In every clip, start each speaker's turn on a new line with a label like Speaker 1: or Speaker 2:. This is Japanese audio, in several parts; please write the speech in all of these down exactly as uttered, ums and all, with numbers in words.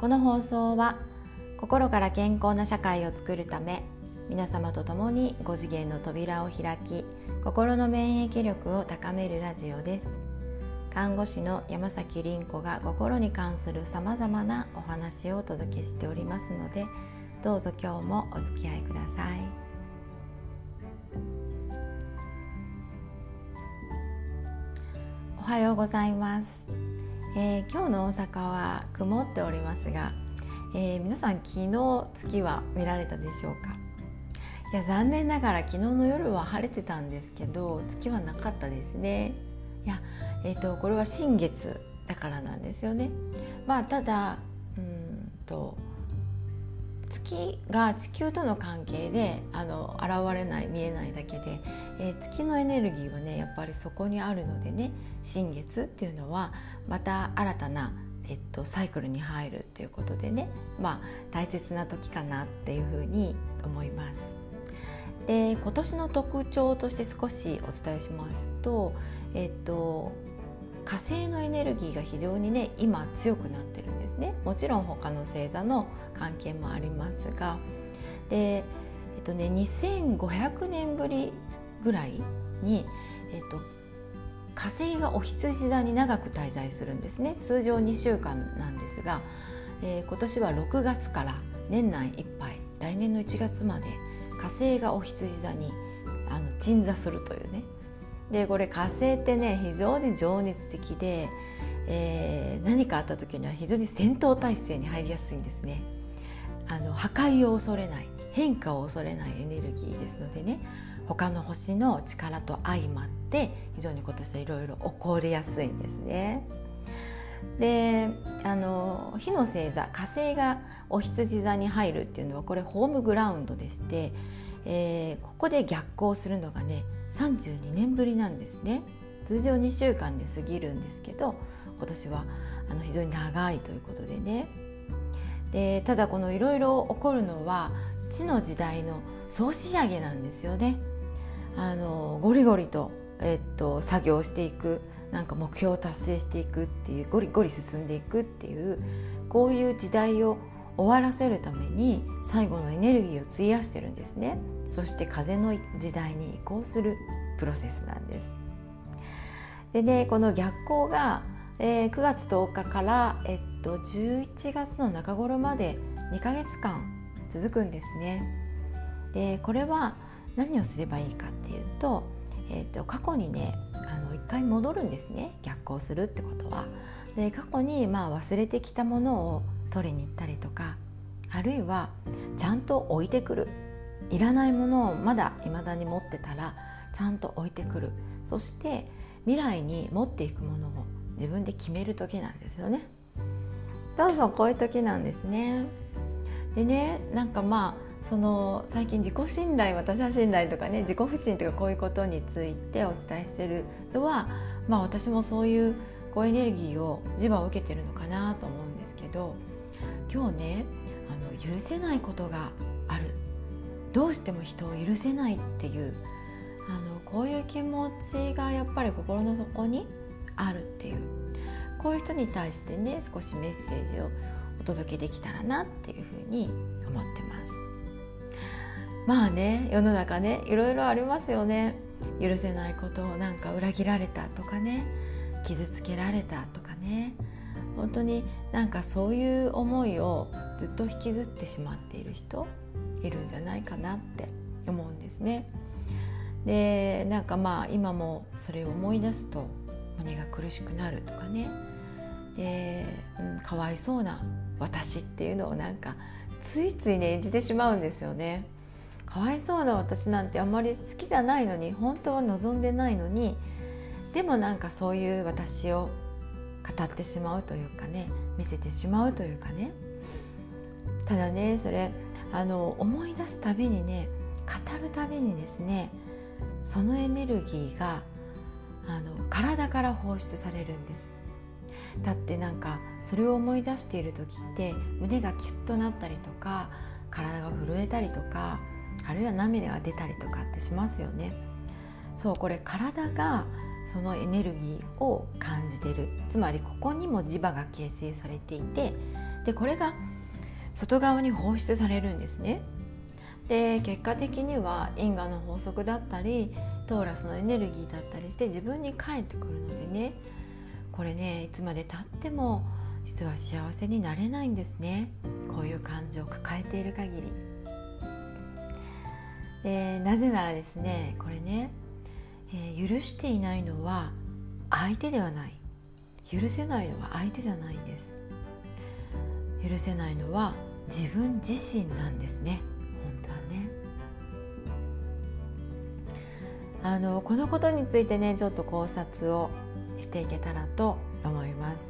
Speaker 1: の放送は心から健康な社会を作るため、皆様と共にご次元の扉を開き、心の免疫力を高めるラジオです。看護師の山崎凛子が心に関するさまざまなお話をお届けしておりますので、どうぞ今日もお付き合いください。おはようございます。えー、今日の大阪は曇っておりますが、えー、皆さん昨日月は見られたでしょうか。いや残念ながら昨日の夜は晴れてたんですけど、月はなかったですね。いや、えーと、これは新月だからなんですよね。まあただうーんと月が地球との関係であの現れない見えないだけで、えー、月のエネルギーはねやっぱりそこにあるのでね、新月っていうのはまた新たな、えっと、サイクルに入るっていうことでね、まあ大切な時かなっていうふうに思います。で、今年の特徴として少しお伝えしますと、えっと火星のエネルギーが非常にね今強くなってるんですね。もちろん他の星座の関係もありますが、で、えっとね、にせんごひゃくねんぶりぐらいに、えっと、火星がお羊座に長く滞在するんですね。通常にしゅうかんなんですが、えー、今年はろくがつから年内いっぱい、来年のいちがつまで火星がお羊座にあの鎮座するというね。でこれ火星ってね非常に情熱的で、えー、何かあった時には非常に戦闘態勢に入りやすいんですね。あの破壊を恐れない、変化を恐れないエネルギーですのでね、他の星の力と相まって非常に今年はいろいろ起こりやすいんですね。で、あの火の星座火星がお羊座に入るっていうのはこれホームグラウンドでして、えー、ここで逆行するのがねさんじゅうにねんぶりなんですね。通常にしゅうかんで過ぎるんですけど、今年はあの非常に長いということでね。でただこのいろいろ起こるのは地の時代の総仕上げなんですよね。あのゴリゴリと、えっと、作業していく、なんか目標を達成していくっていう、ゴリゴリ進んでいくっていう、こういう時代を終わらせるために最後のエネルギーを費やしてるんですね。そして風の時代に移行するプロセスなんです。でね、この逆行が、えー、くがつとおかから、えっと、じゅういちがつの中頃までにかげつかん続くんですね。でこれは何をすればいいかっていうと、えっと、過去にねあの一回戻るんですね。逆行するってことは。で過去にまあ忘れてきたものを取りに行ったりとか、あるいはちゃんと置いてくる、いらないものをまだ未だに持ってたらちゃんと置いてくる。そして未来に持っていくものを自分で決める時なんですよね。どうぞこういう時なんですね。でね、なんかまあその最近自己信頼、他者信頼とかね、自己不信とかこういうことについてお伝えしているのは、まあ私もそういうこうエネルギーを磁場を受けてるのかなと思うんですけど、今日ねあの許せないことがある、どうしても人を許せないっていうあのこういう気持ちがやっぱり心の底にあるっていう、こういう人に対してね少しメッセージをお届けできたらなっていうふうに思ってます。まあね、世の中ねいろいろありますよね。許せないことをなんか裏切られたとかね、傷つけられたとかね、本当になんかそういう思いをずっと引きずってしまっている人いるんじゃないかなって思うんですね。でなんかまあ今もそれを思い出すと胸が苦しくなるとかね、で、うん、かわいそうな私っていうのをなんかついついね演じてしまうんですよね。かわいそうな私なんてあんまり好きじゃないのに、本当は望んでないのに、でもなんかそういう私を語ってしまうというかね、見せてしまうというかね。ただねそれあの思い出すたびにね、語るたびにですね、そのエネルギーがあの体から放出されるんです。だってなんかそれを思い出している時って胸がキュッとなったりとか、体が震えたりとか、あるいは涙が出たりとかってしますよね。そう、これ体がそのエネルギーを感じてる、つまりここにも磁場が形成されていて、 でこれが外側に放出されるんですね。で結果的には因果の法則だったりトーラスのエネルギーだったりして自分に返ってくるのでね、これねいつまで経っても実は幸せになれないんですね。こういう感情を抱えている限りで、なぜならですねこれね、えー、許していないのは相手ではない、許せないのは相手じゃないんです。許せないのは自分自身なんですね。本当はね、あのこのことについてねちょっと考察をしていけたらと思います。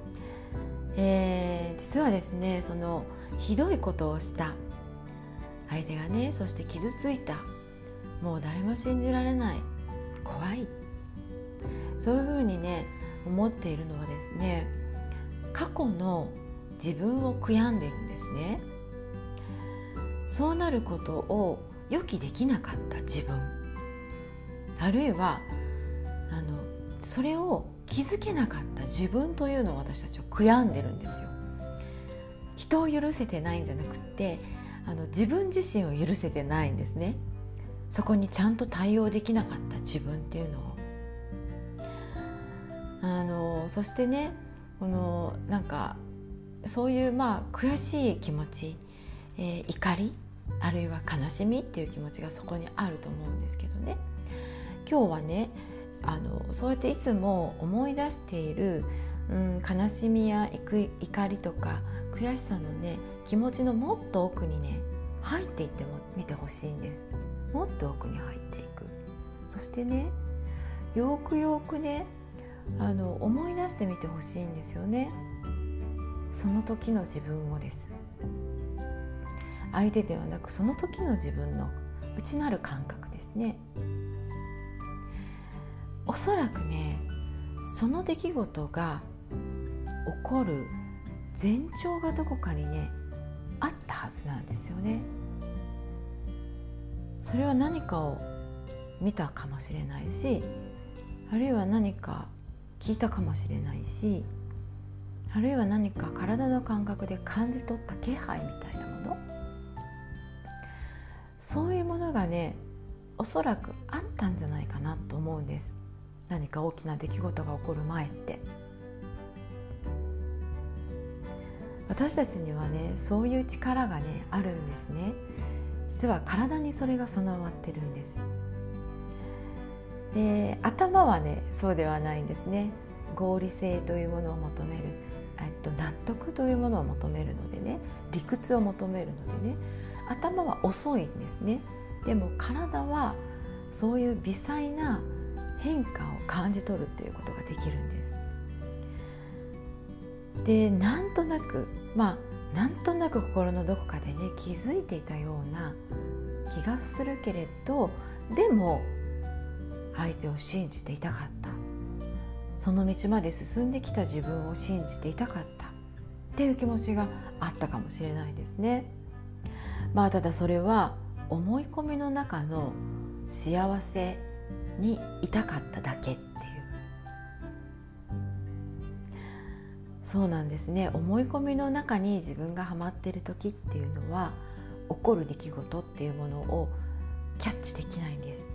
Speaker 1: えー、実はですねそのひどいことをした相手がね、そして傷ついた、もう誰も信じられない、怖い、そういうふうにね思っているのはですね、過去の自分を悔やんでいるんですね。そうなることを予期できなかった自分、あるいはあのそれを気づけなかった自分というのを私たちは悔やんでるんですよ。人を許せてないんじゃなくってあの自分自身を許せてないんですね。そこにちゃんと対応できなかった自分っていうのをあのそしてねこのなんかそういうまあ悔しい気持ち、えー、怒りあるいは悲しみっていう気持ちがそこにあると思うんですけどね、今日はねあのそうやっていつも思い出している、うん、悲しみや怒りとか悔しさのね気持ちのもっと奥にね入っていってもみてほしいんです。もっと奥に入っていく。そしてねよくよくねあの思い出してみてほしいんですよね。その時の自分をです。相手ではなくその時の自分の内なる感覚ですね。おそらくねその出来事が起こる前兆がどこかにねあったはずなんですよね。それは何かを見たかもしれないし、あるいは何か聞いたかもしれないし、あるいは何か体の感覚で感じ取った気配みたいなもの、そういうものがねおそらくあったんじゃないかなと思うんです。何か大きな出来事が起こる前って、私たちにはねそういう力がねあるんですね。実は体にそれが備わってるんです。で頭はねそうではないんですね。合理性というものを求める、えっと、納得というものを求めるのでね、理屈を求めるのでね、頭は遅いんですね。でも体はそういう微細な変化を感じ取るということができるんです。でなんとなくまあなんとなく心のどこかでね気づいていたような気がするけれど、でも相手を信じていたかった、その道まで進んできた自分を信じていたかったっていう気持ちがあったかもしれないですね。まあただそれは思い込みの中の幸せにいたかっただけっていう、そうなんですね。思い込みの中に自分がハマっている時っていうのは起こる出来事っていうものをキャッチできないんです。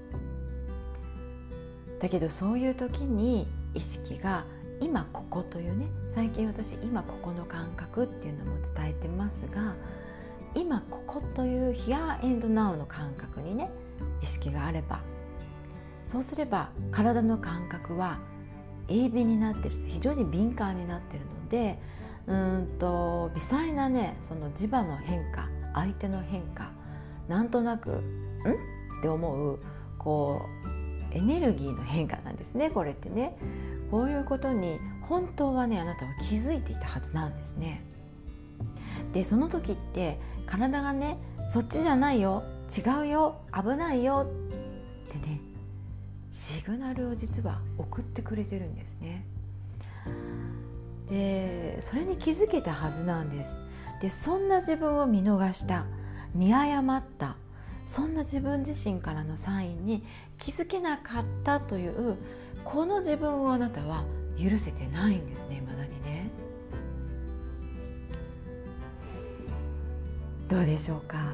Speaker 1: だけどそういう時に意識が今ここというね、最近私今ここの感覚っていうのも伝えてますが、今ここという Here and Now の感覚にね意識があれば、そうすれば体の感覚は鋭敏になってる、非常に敏感になってるので、うーんと微細なねその磁場の変化、相手の変化、なんとなくんって思うこうエネルギーの変化なんですね。これってね、こういうことに本当はねあなたは気づいていたはずなんですね。でその時って体がねそっちじゃないよ、違うよ、危ないよってねシグナルを実は送ってくれてるんですね。でそれに気づけたはずなんです。でそんな自分を見逃した、見誤った、そんな自分自身からのサインに気づけなかったというこの自分をあなたは許せてないんですね、未だにね。 どうでしょうか。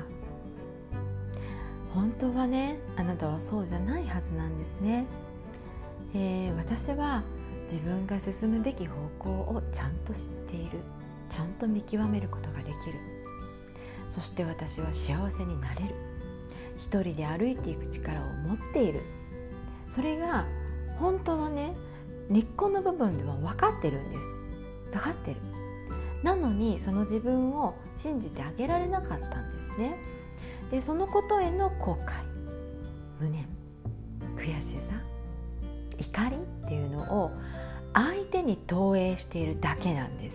Speaker 1: 本当はね、あなたはそうじゃないはずなんですね。えー、私は自分が進むべき方向をちゃんと知っている、ちゃんと見極めることができる。そして私は幸せになれる。一人で歩いていく力を持っている。それが本当はね、根っこの部分では分かってるんです。分かってる。なのにその自分を信じてあげられなかったんですね。で、そのことへの後悔、無念、悔しさ、怒りっていうのを相手に投影しているだけなんです。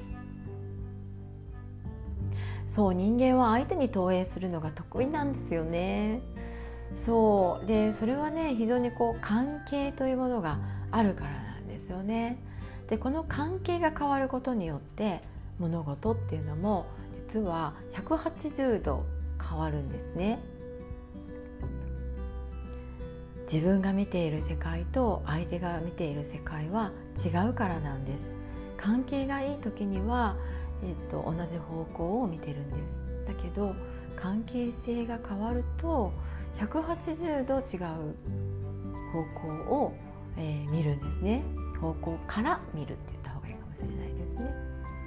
Speaker 1: そう、人間は相手に投影するのが得意なんですよね。そうで、それはね、非常にこう関係というものがあるからなんですよね。で、この関係が変わることによって物事っていうのも実はひゃくはちじゅうど変わるんですね。自分が見ている世界と相手が見ている世界は違うからなんです。関係がいい時には、えっと、同じ方向を見てるんです。だけど関係性が変わるとひゃくはちじゅうど違う方向を、えー、見るんですね。方向から見るって言った方がいいかもしれないですね。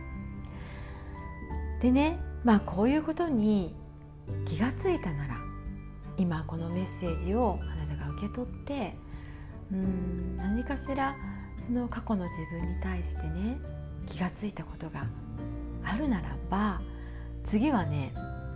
Speaker 1: でね、まあこういうことに気がついたなら、今このメッセージをあなたが受け取って、うーん何かしらその過去の自分に対してね、気がついたことがあるならば、次はね、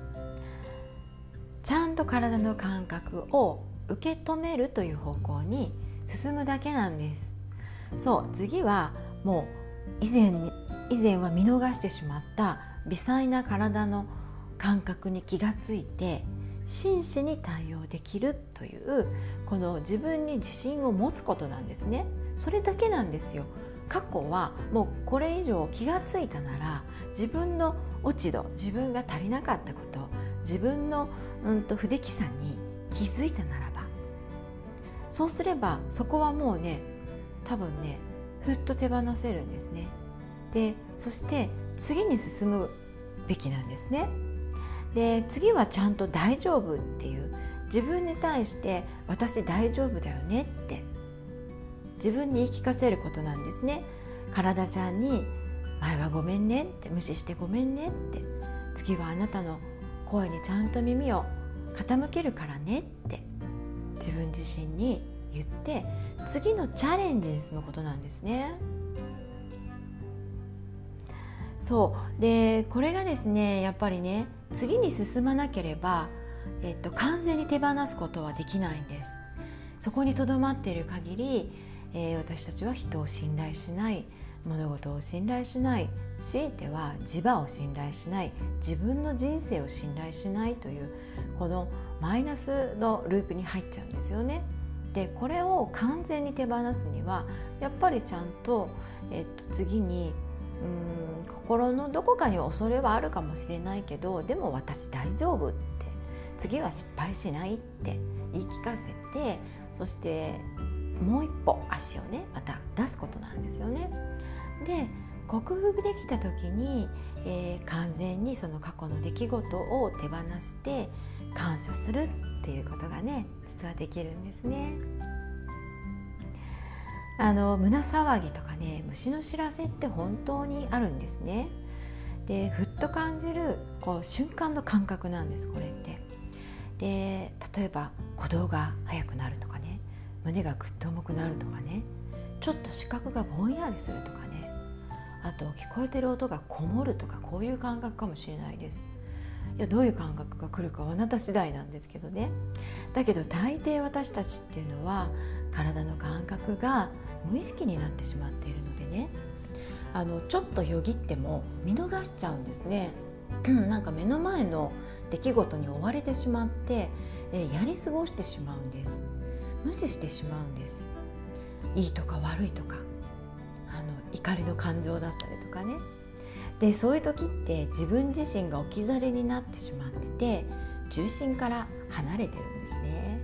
Speaker 1: ちゃんと体の感覚を受け止めるという方向に進むだけなんです。そう、次はもう以前に以前は見逃してしまった微細な体の感覚に気がついて真摯に対応できるという、この自分に自信を持つことなんですね。それだけなんですよ。過去はもうこれ以上気がついたなら、自分の落ち度、自分が足りなかったこと、自分の、うん、と不出来さに気づいたならば、そうすればそこはもうね、多分ね、ふっと手放せるんですね。で、そして次に進むべきなんですね。で、次はちゃんと大丈夫っていう、自分に対して私大丈夫だよねって自分に言い聞かせることなんですね。体ちゃんに前はごめんねって、無視してごめんねって、次はあなたの声にちゃんと耳を傾けるからねって自分自身に言って、次のチャレンジに進むことなんですね。そうで、これがですね、やっぱりね、次に進まなければ、えっと、完全に手放すことはできないんです。そこにとどまっている限り、えー、私たちは人を信頼しない、物事を信頼しない、強いては自我を信頼しない、自分の人生を信頼しないという、このマイナスのループに入っちゃうんですよね。で、これを完全に手放すにはやっぱりちゃんと、えっと、次にうーん心のどこかに恐れはあるかもしれないけど、でも私大丈夫って、次は失敗しないって言い聞かせて、そしてもう一歩足をね、また出すことなんですよね。で、克服できた時に、えー、完全にその過去の出来事を手放して感謝するっていうことがね、実はできるんですね。あの胸騒ぎとかね、虫の知らせって本当にあるんですね。で、ふっと感じるこう瞬間の感覚なんです、これって。で、例えば鼓動が速くなるとかね、胸がぐっと重くなるとかね、ちょっと視覚がぼんやりするとかね、あと聞こえてる音がこもるとか、こういう感覚かもしれないです。いや、どういう感覚が来るかはあなた次第なんですけどね。だけど大抵私たちっていうのは体の感覚が無意識になってしまっているのでね、あのちょっとよぎっても見逃しちゃうんですね。なんか目の前の出来事に追われてしまって、えやり過ごしてしまうんです。無視してしまうんです。いいとか悪いとか、あの怒りの感情だったりとかね。で、そういう時って自分自身が置き去りになってしまってて、中心から離れてるんですね。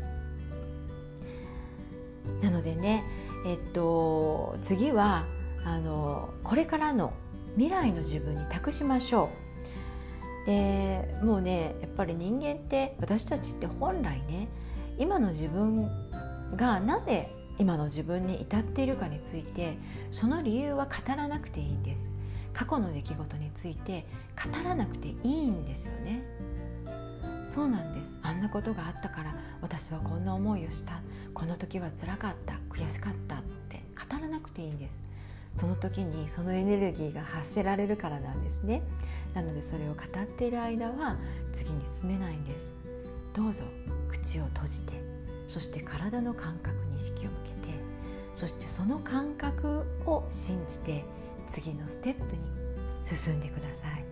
Speaker 1: なのでね、えっと次はあのこれからの未来の自分に託しましょう。 でもうねやっぱり人間って私たちって本来ね今の自分がなぜ今の自分に至っているかについてその理由は語らなくていいんです。過去の出来事について語らなくていいんですよね。そうなんです。あんなことがあったから私はこんな思いをした、この時は辛かった、悔しかったって語らなくていいんです。その時にそのエネルギーが発せられるからなんですね。なのでそれを語っている間は次に進めないんです。どうぞ口を閉じて、そして体の感覚に意識を向けて、そしてその感覚を信じて次のステップに進んでください。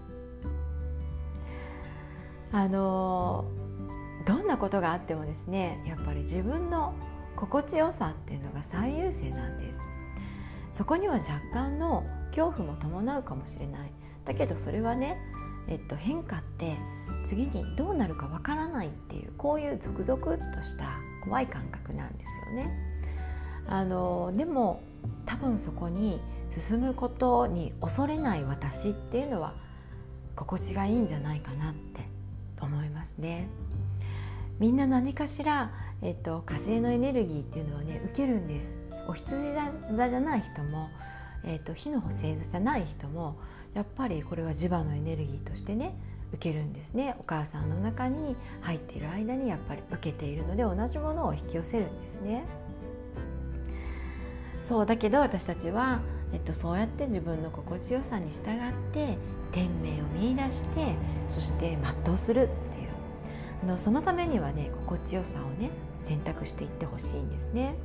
Speaker 1: あのどんなことがあってもですね、やっぱり自分の心地よさっていうのが最優先なんです。そこには若干の恐怖も伴うかもしれない。だけどそれはね、えっと、変化って次にどうなるかわからないっていう、こういうゾクゾクっとした怖い感覚なんですよね。あのでも多分そこに進むことに恐れない私っていうのは心地がいいんじゃないかなって思いますね。みんな何かしら、えっと、火星のエネルギーっていうのはね受けるんです。お羊座じゃない人も、えっと、火の星座じゃない人もやっぱりこれは磁場のエネルギーとしてね受けるんですね。お母さんの中に入っている間にやっぱり受けているので同じものを引き寄せるんですね。そうだけど私たちは、えっと、そうやって自分の心地よさに従って天命を見出して、そして全うするっていうあのそのためにはね心地よさをね選択していってほしいんですね。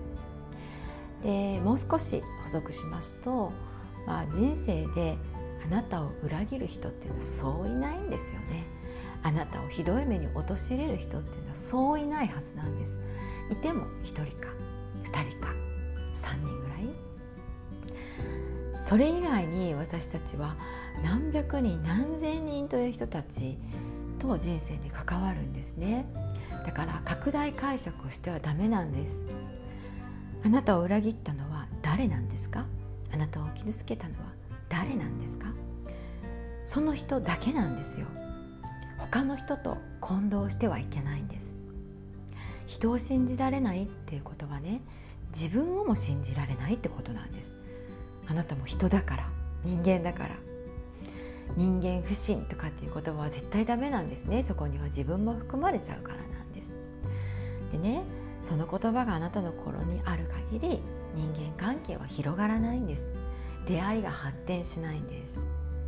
Speaker 1: でもう少し補足しますと、まあ、人生であなたを裏切る人っていうのはそういないんですよね。あなたをひどい目に陥れる人っていうのはそういないはずなんです。いてもひとりかふたりかさんにんぐらい。それ以外に私たちは何百人何千人という人たちと人生に関わるんですね。だから拡大解釈をしてはダメなんです。あなたを裏切ったのは誰なんですか？あなたを傷つけたのは誰なんですか？その人だけなんですよ。他の人と混同してはいけないんです。人を信じられないっていうことはね、自分をも信じられないってことなんです。あなたも人だから、人間だから。人間不信とかっていう言葉は絶対ダメなんですね。そこには自分も含まれちゃうからなんです。でね、その言葉があなたの心にある限り人間関係は広がらないんです。出会いが発展しないんです。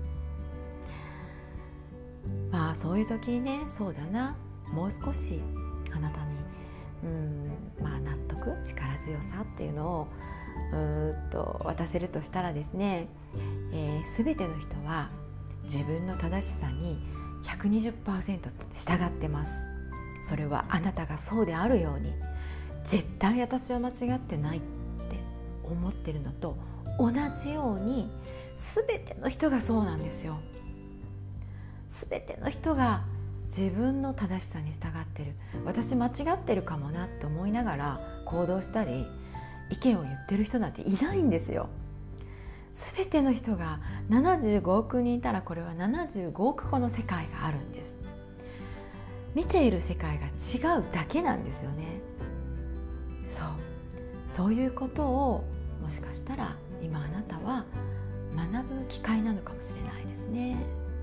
Speaker 1: まあそういう時にね、そうだな、もう少しあなたにうーん、まあ、納得、力強さっていうのをうーっと渡せるとしたらですね、えー、全ての人は自分の正しさに ひゃくにじゅっパーセント 従ってます。それはあなたがそうであるように、絶対私は間違ってないって思ってるのと同じように全ての人がそうなんですよ。全ての人が自分の正しさに従ってる。私間違ってるかもなって思いながら行動したり意見を言ってる人なんていないんですよ。全ての人がななじゅうごおくにんいたら、これはななじゅうごおく個の世界があるんです。見ている世界が違うだけなんですよね。そう、そういうことをもしかしたら今あなたは学ぶ機会なのかもしれないですね。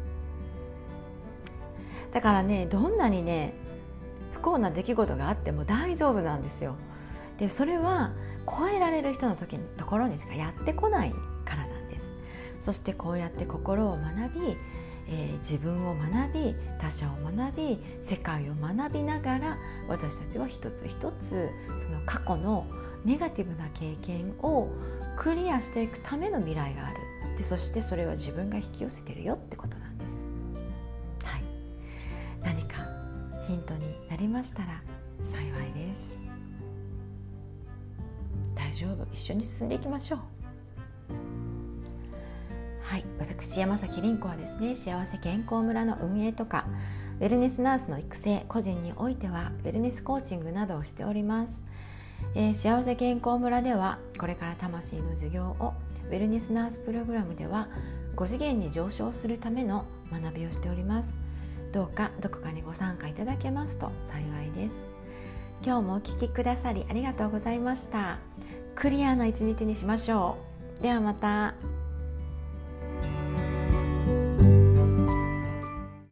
Speaker 1: だからね、どんなにね不幸な出来事があっても大丈夫なんですよ。でそれは超えられる人の時のところにしかやってこないからなんです。そしてこうやって心を学び、えー、自分を学び、他者を学び、世界を学びながら私たちは一つ一つその過去のネガティブな経験をクリアしていくための未来がある。でそしてそれは自分が引き寄せてるよってことなんです。はい、何かヒントになりましたら幸いです。大丈夫、一緒に進んでいきましょう。はい、私山崎凛子はですね、幸せ健康村の運営とかウェルネスナースの育成、個人においてはウェルネスコーチングなどをしております。えー、幸せ健康村ではこれから魂の授業を、ウェルネスナースプログラムではご次元に上昇するための学びをしております。どうかどこかにご参加いただけますと幸いです。今日もお聞きくださりありがとうございました。クリアな一日にしましょう。ではまた。